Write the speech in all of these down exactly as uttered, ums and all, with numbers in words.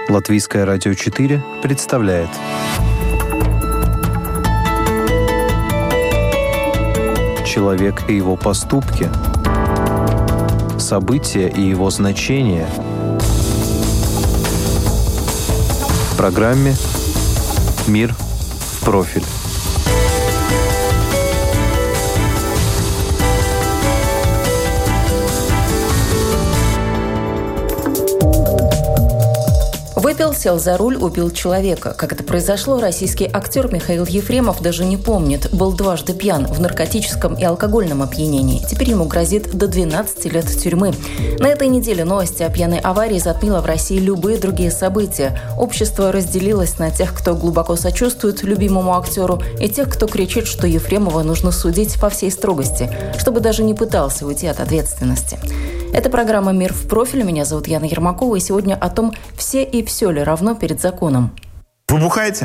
Латвийское радио четыре представляет «Человек и его поступки. События и его значения». В программе «Мир в профиль». Выпил, сел за руль, убил человека. Как это произошло, российский актер Михаил Ефремов даже не помнит. Был дважды пьян в наркотическом и алкогольном опьянении. Теперь ему грозит до двенадцати лет тюрьмы. На этой неделе новости о пьяной аварии затмило в России любые другие события. Общество разделилось на тех, кто глубоко сочувствует любимому актеру, и тех, кто кричит, что Ефремова нужно судить по всей строгости, чтобы даже не пытался уйти от ответственности. Это программа «Мир в профиль». Меня зовут Яна Ермакова, и сегодня о том, все и все ли равно перед законом. Вы бухаете?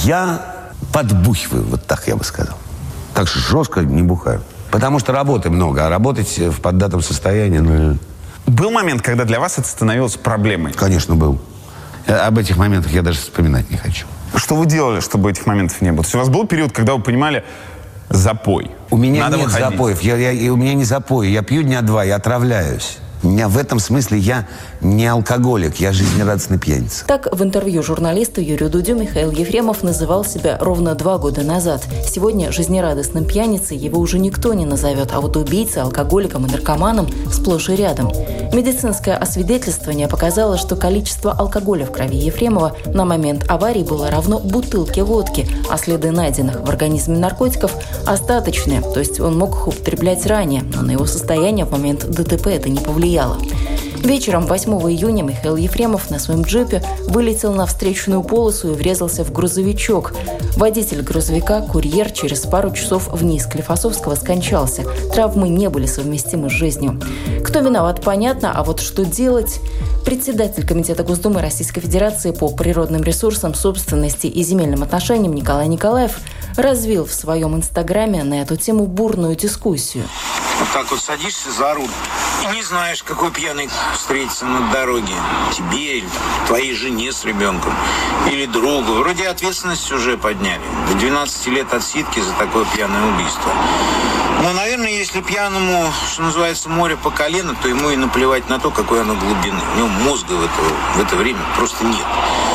Я подбухиваю, вот так я бы сказал. Так что жестко не бухаю. Потому что работы много, а работать в поддатом состоянии... Ну... Был момент, когда для вас это становилось проблемой? Конечно, был. Об этих моментах я даже вспоминать не хочу. Что вы делали, чтобы этих моментов не было? То есть у вас был период, когда вы понимали... Запой. У меня Надо нет выходить. запоев. Я, я, у меня не запои. Я пью дня два, я отравляюсь. У меня в этом смысле я не алкоголик, я жизнерадостный пьяница. Так в интервью журналисту Юрию Дудю Михаил Ефремов называл себя ровно два года назад. Сегодня жизнерадостным пьяницей его уже никто не назовет, а вот убийцей, алкоголиком и наркоманом сплошь и рядом. Медицинское освидетельствование показало, что количество алкоголя в крови Ефремова на момент аварии было равно бутылке водки, а следы найденных в организме наркотиков остаточные, то есть он мог их употреблять ранее, но на его состояние в момент ДТП это не повлияло. Вечером восьмого июня Михаил Ефремов на своем джипе вылетел на встречную полосу и врезался в грузовичок. Водитель грузовика, курьер, через пару часов вниз Склифосовского скончался. Травмы не были совместимы с жизнью. Кто виноват, понятно, а вот что делать? Председатель Комитета Госдумы Российской Федерации по природным ресурсам, собственности и земельным отношениям Николай Николаев развил в своем инстаграме на эту тему бурную дискуссию. Вот так вот садишься за руль и не знаешь, какой пьяный встретится на дороге. Тебе или твоей жене с ребенком, или другу. Вроде ответственность уже подняли. До двенадцати лет отсидки за такое пьяное убийство. Но, наверное, если пьяному, что называется, море по колено, то ему и наплевать на то, какой оно глубины. У него мозга в это, в это время просто нет.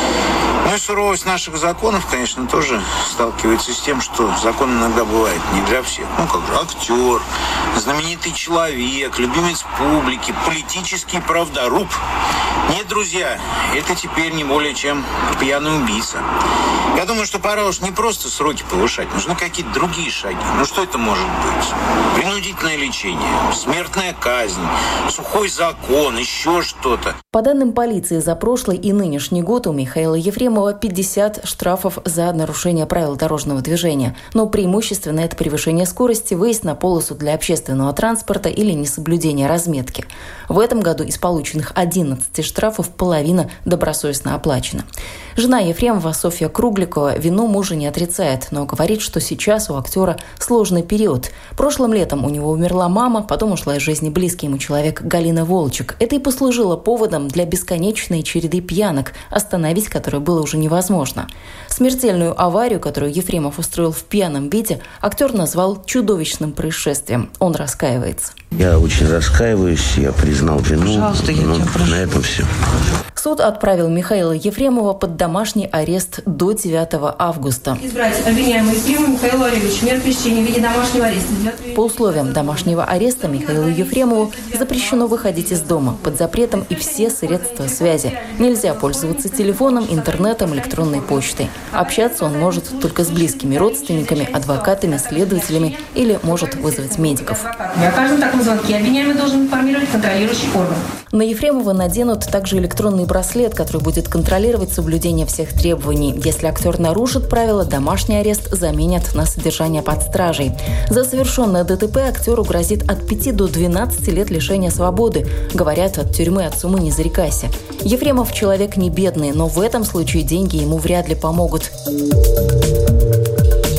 Ну и суровость наших законов, конечно, тоже сталкивается с тем, что закон иногда бывает не для всех. Ну, как же актер, знаменитый человек, любимец публики, политический правдоруб. Нет, друзья, это теперь не более чем пьяный убийца. Я думаю, что пора уж не просто сроки повышать, нужны какие-то другие шаги. Ну что это может быть? Принудительное лечение, смертная казнь, сухой закон, еще что-то. По данным полиции, за прошлый и нынешний год у Михаила Ефремова пятьдесят штрафов за нарушение правил дорожного движения. Но преимущественно это превышение скорости, выезд на полосу для общественного транспорта или несоблюдение разметки. В этом году из полученных одиннадцати штрафов половина добросовестно оплачена. Жена Ефремова Софья Кругликова вину мужа не отрицает, но говорит, что сейчас у актера сложный период. Прошлым летом у него умерла мама, потом ушла из жизни близкий ему человек Галина Волчек. Это и послужило поводом для бесконечной череды пьянок, остановить которую было уже невозможно. Смертельную аварию, которую Ефремов устроил в пьяном виде, актер назвал чудовищным происшествием. Он раскаивается. Я очень раскаиваюсь, я признал вину. Пожалуйста, я тебя прошу. На этом все. Суд отправил Михаила Ефремова под домашний арест до девятого августа. Избрать обвиняемого Ефремова Михаила Валерьевича меру пресечения в виде домашнего ареста. По условиям домашнего ареста Михаилу Ефремову запрещено выходить из дома. Под запретом и все средства связи. Нельзя пользоваться телефоном, интернетом, электронной почтой. Общаться он может только с близкими родственниками, адвокатами, следователями или может вызвать медиков. О каждом таком звонке обвиняемый должен информировать контролирующий орган. На Ефремова наденут также электронный браслет, который будет контролировать соблюдение всех требований. Если актер нарушит правила, домашний арест заменят на содержание под стражей. За совершенное ДТП актеру грозит от пяти до двенадцати лет лишения свободы. Говорят, от тюрьмы от суммы не зарекайся. Ефремов человек не бедный, но в этом случае деньги ему вряд ли помогут.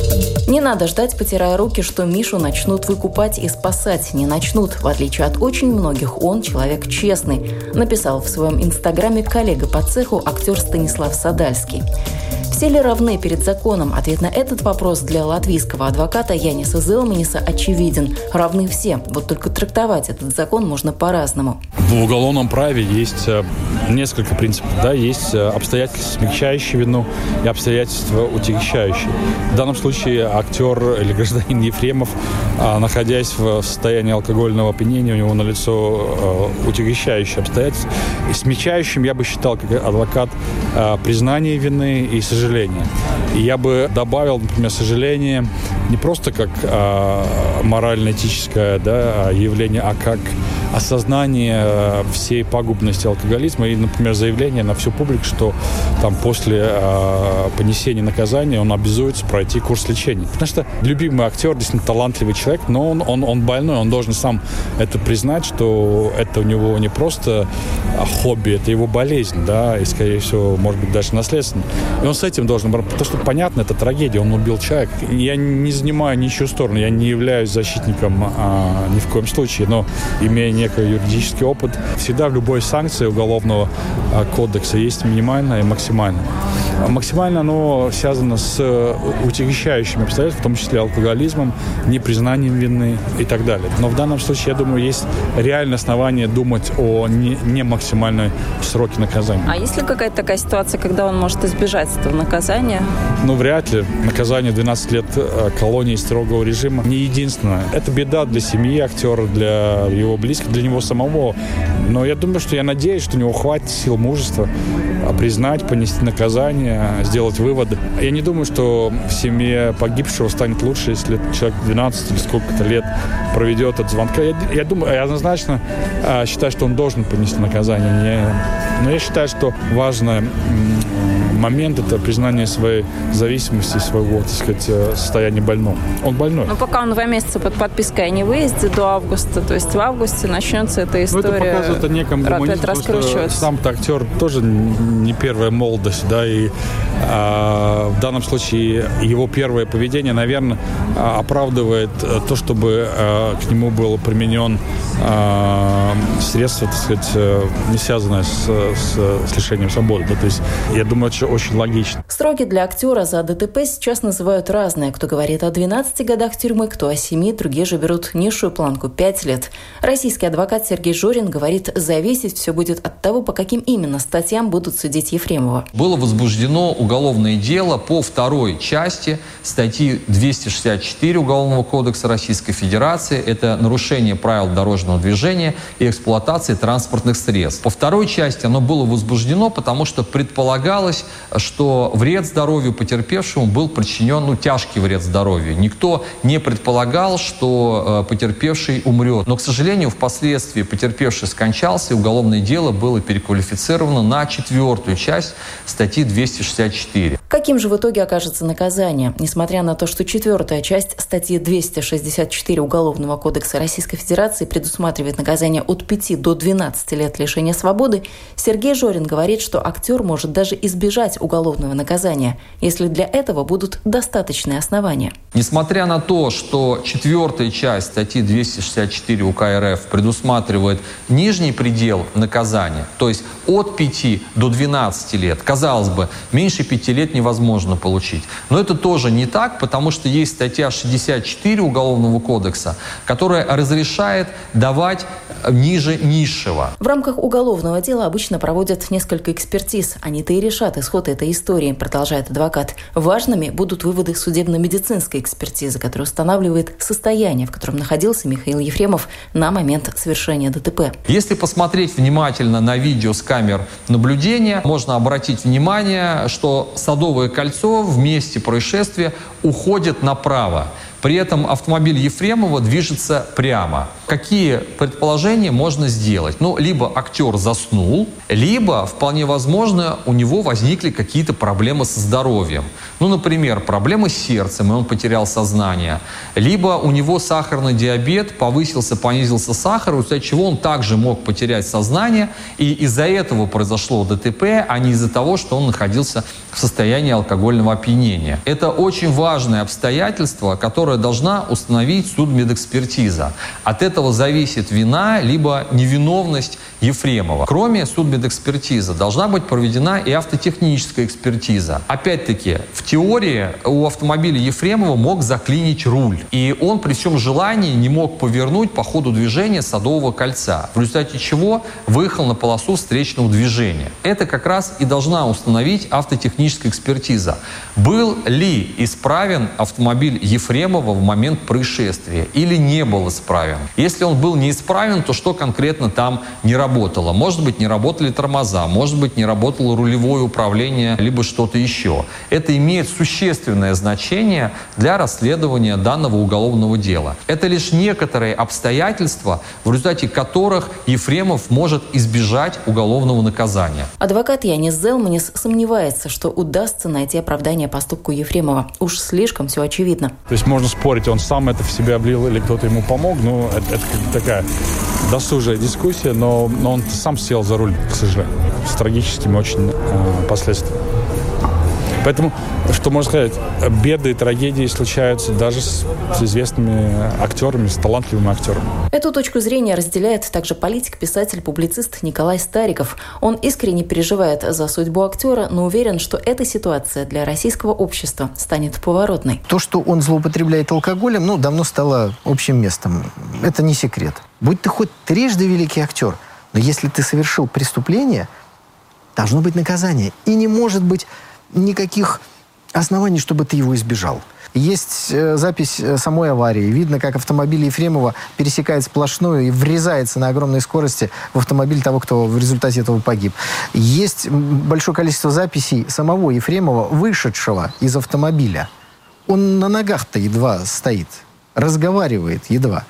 Не надо ждать, потирая руки, что Мишу начнут выкупать и спасать. Не начнут. В отличие от очень многих, он человек честный, написал в своем инстаграме коллега по цеху, актер Станислав Садальский. Все ли равны перед законом? Ответ на этот вопрос для латвийского адвоката Яниса Зелманиса очевиден. Равны все. Вот только трактовать этот закон можно по-разному. В уголовном праве есть несколько принципов. Да? Есть обстоятельства, смягчающие вину, и обстоятельства, утягощающие. В данном случае актер или гражданин Ефремов, находясь в состоянии алкогольного опьянения, у него налицо утягощающие обстоятельства. И смягчающим я бы считал, как адвокат, признание вины и сожаление. И я бы добавил, например, сожаление не просто как а, морально-этическое, да, явление, а как осознание всей пагубности алкоголизма и, например, заявление на всю публику, что там после а, понесения наказания он обязуется пройти курс лечения. Потому что любимый актер, действительно талантливый человек, но он, он, он больной, он должен сам это признать, что это у него не просто хобби, это его болезнь, да, и, скорее всего, может быть, даже наследственно. И он с этим должен бороться, потому что, понятно, это трагедия, он убил человека. Я не занимаю ничью сторону, я не являюсь защитником а, ни в коем случае, но, имея некий юридический опыт, всегда в любой санкции уголовного а, кодекса есть минимальная и максимальная. Максимально оно связано с утягощающими обстоятельствами, в том числе алкоголизмом, непризнанием вины и так далее. Но в данном случае, я думаю, есть реальное основание думать о не, не максимальной сроке наказания. А есть ли какая-то такая ситуация, когда он может избежать этого наказания? Ну, вряд ли. Наказание двенадцать лет колонии строгого режима не единственное. Это беда для семьи актера, для его близких, для него самого. Но я думаю, что я надеюсь, что у него хватит сил, мужества признать, понести наказание, сделать выводы. Я не думаю, что в семье погибшего станет лучше, если человек двенадцать или сколько-то лет проведет от звонка. Я, я думаю, я однозначно а, считаю, что он должен понести наказание. Не, но я считаю, что важный момент — это признание своей зависимости, своего, так сказать, состояния больного. Он больной. Но пока он два месяца под подпиской о невыезде до августа, то есть в августе начнется эта история. Ну, это показывает о неком гуманизме, раскручиваться. Сам-то актер тоже не первая молодость, да, и а, в данном случае его первое поведение, наверное, оправдывает то, чтобы а, к нему был применен а, средство, так сказать, не связанное с, с, с лишением свободы. Да, то есть, я думаю, это очень логично. Сроки для актера за ДТП сейчас называют разные. Кто говорит о двенадцати годах тюрьмы, кто о семи, другие же берут низшую планку – пять лет. Российский адвокат Сергей Жорин говорит, зависеть все будет от того, по каким именно статьям будут судить Ефремова. Было возбуждено уголовное дело по второй части статьи двести шестьдесят четыре Уголовного кодекса Российской Федерации. Это нарушение правил дорожного движения и эксплуатации транспортных средств. По второй части оно было возбуждено, потому что предполагалось, что вред здоровью потерпевшему был причинен, ну, тяжкий вред здоровью. Никто не предполагал, что э, потерпевший умрет. Но, к сожалению, впоследствии потерпевший скончался, и уголовное дело было переквалифицировано на четвертую часть статьи двести шестьдесят четыре. Каким же в итоге окажется наказание? Несмотря на то, что четвертая часть статьи двести шестьдесят четыре Уголовного кодекса Российской Федерации предусматривает наказание от пяти до двенадцати лет лишения свободы, Сергей Жорин говорит, что актер может даже избежать уголовного наказания, если для этого будут достаточные основания. Несмотря на то, что четвертая часть статьи двести шестьдесят четыре УК РФ предусматривает нижний предел наказания, то есть от пяти до двенадцати лет, казалось бы, меньше пяти лет невозможно получить. Но это тоже не так, потому что есть статья шестьдесят четыре Уголовного кодекса, которая разрешает давать ниже низшего. В рамках уголовного дела обычно проводят несколько экспертиз. Они-то и решат исход этой истории, продолжает адвокат. Важными будут выводы судебно-медицинской экспертизы, которая устанавливает состояние, в котором находился Михаил Ефремов на момент совершения ДТП. Если посмотреть внимательно на видео с камер наблюдения, можно обратить внимание, что Садовое кольцо в месте происшествия уходит направо. При этом автомобиль Ефремова движется прямо. Какие предположения можно сделать? Ну, либо актер заснул, либо, вполне возможно, у него возникли какие-то проблемы со здоровьем. Ну, например, проблемы с сердцем, и он потерял сознание. Либо у него сахарный диабет, повысился, понизился сахар, из-за чего он также мог потерять сознание, и из-за этого произошло ДТП, а не из-за того, что он находился в состоянии алкогольного опьянения. Это очень важное обстоятельство, которое должна установить судмедэкспертиза. От этого зависит вина либо невиновность Ефремова. Кроме судмедэкспертизы должна быть проведена и автотехническая экспертиза. Опять-таки, в теории у автомобиля Ефремова мог заклинить руль, и он при всем желании не мог повернуть по ходу движения Садового кольца, в результате чего выехал на полосу встречного движения. Это как раз и должна установить автотехническая экспертиза. Был ли исправен автомобиль Ефремова в момент происшествия или не был исправен? Если он был неисправен, то что конкретно там не работало? Может быть, не работали тормоза, может быть, не работало рулевое управление, либо что-то еще. Это имеет существенное значение для расследования данного уголовного дела. Это лишь некоторые обстоятельства, в результате которых Ефремов может избежать уголовного наказания. Адвокат Янис Зелманис сомневается, что удастся найти оправдание поступку Ефремова. Уж слишком все очевидно. То есть можно спорить, он сам это в себя облил или кто-то ему помог. Ну, это, это такая досужая дискуссия, но, но он сам сел за руль, к сожалению, с трагическими очень э, последствиями. Поэтому, что можно сказать, беды и трагедии случаются даже с, с известными актерами, с талантливыми актерами. Эту точку зрения разделяет также политик, писатель, публицист Николай Стариков. Он искренне переживает за судьбу актера, но уверен, что эта ситуация для российского общества станет поворотной. То, что он злоупотребляет алкоголем, ну, давно стало общим местом. Это не секрет. Будь ты хоть трижды великий актер, но если ты совершил преступление, должно быть наказание. И не может быть никаких оснований, чтобы ты его избежал. Есть э, запись самой аварии. Видно, как автомобиль Ефремова пересекает сплошную и врезается на огромной скорости в автомобиль того, кто в результате этого погиб. Есть большое количество записей самого Ефремова, вышедшего из автомобиля. Он на ногах-то едва стоит, разговаривает едва.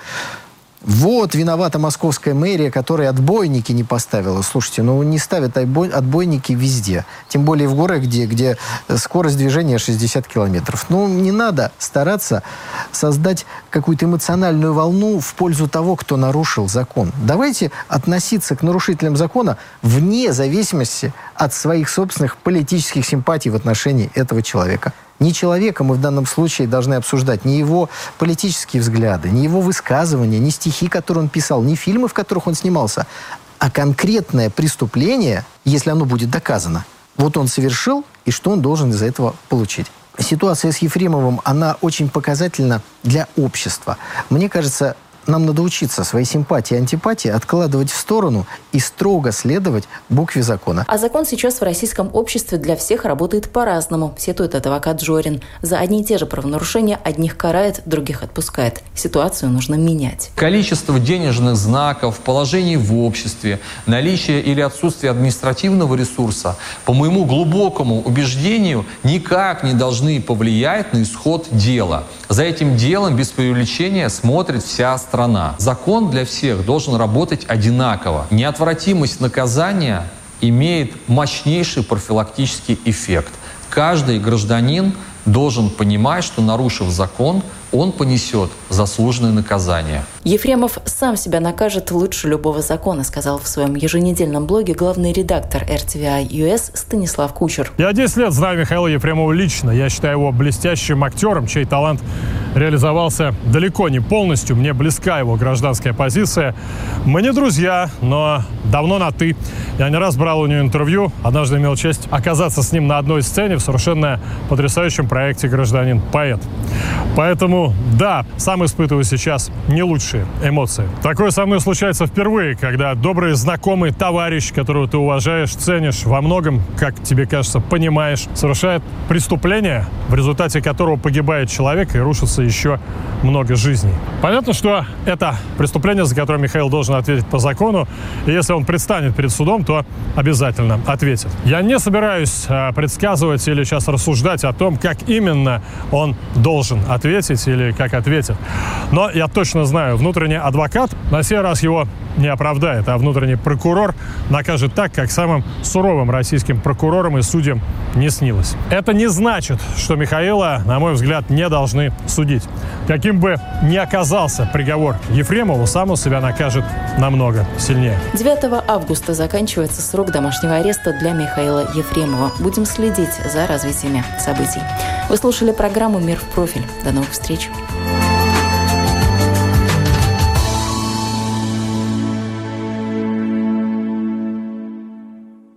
Вот виновата московская мэрия, которая отбойники не поставила. Слушайте, ну не ставят отбойники везде. Тем более в горах, где, где скорость движения шестьдесят километров. Ну не надо стараться создать какую-то эмоциональную волну в пользу того, кто нарушил закон. Давайте относиться к нарушителям закона вне зависимости от своих собственных политических симпатий в отношении этого человека. Не человека мы в данном случае должны обсуждать, не его политические взгляды, не его высказывания, не стихи, которые он писал, не фильмы, в которых он снимался, а конкретное преступление, если оно будет доказано. Вот он совершил, и что он должен из-за этого получить. Ситуация с Ефремовым, она очень показательна для общества. Мне кажется, нам надо учиться свои симпатии и антипатии откладывать в сторону и строго следовать букве закона. А закон сейчас в российском обществе для всех работает по-разному, сетует адвокат Жорин. За одни и те же правонарушения одних карает, других отпускает. Ситуацию нужно менять. Количество денежных знаков, положений в обществе, наличие или отсутствие административного ресурса, по моему глубокому убеждению, никак не должны повлиять на исход дела. За этим делом без преувеличения смотрит вся страна. Страна. Закон для всех должен работать одинаково. Неотвратимость наказания имеет мощнейший профилактический эффект. Каждый гражданин должен понимать, что, нарушив закон, он понесет заслуженное наказание. Ефремов сам себя накажет лучше любого закона, сказал в своем еженедельном блоге главный редактор эр ти ви ай ю эс Станислав Кучер. Я десять лет знаю Михаила Ефремова лично. Я считаю его блестящим актером, чей талант реализовался далеко не полностью. Мне близка его гражданская позиция. Мы не друзья, но давно на «ты». Я не раз брал у него интервью. Однажды имел честь оказаться с ним на одной сцене в совершенно потрясающем проекте «Гражданин-поэт». Поэтому, да, сам испытываю сейчас не лучшие эмоции. Такое со мной случается впервые, когда добрый знакомый товарищ, которого ты уважаешь, ценишь, во многом, как тебе кажется, понимаешь, совершает преступление, в результате которого погибает человек и рушится еще много жизней. Понятно, что это преступление, за которое Михаил должен ответить по закону, и если он предстанет перед судом, то обязательно ответит. Я не собираюсь а, предсказывать или сейчас рассуждать о том, как именно он должен ответить или как ответит. Но я точно знаю, внутренний адвокат на сей раз его не оправдает, а внутренний прокурор накажет так, как самым суровым российским прокурорам и судьям не снилось. Это не значит, что Михаила, на мой взгляд, не должны судить. Каким бы ни оказался приговор Ефремову, сам он себя накажет намного сильнее. девятого августа заканчивается срок домашнего ареста для Михаила Ефремова. Будем следить за развитиями событий. Вы слушали программу «Мир в профиль». До новых встреч.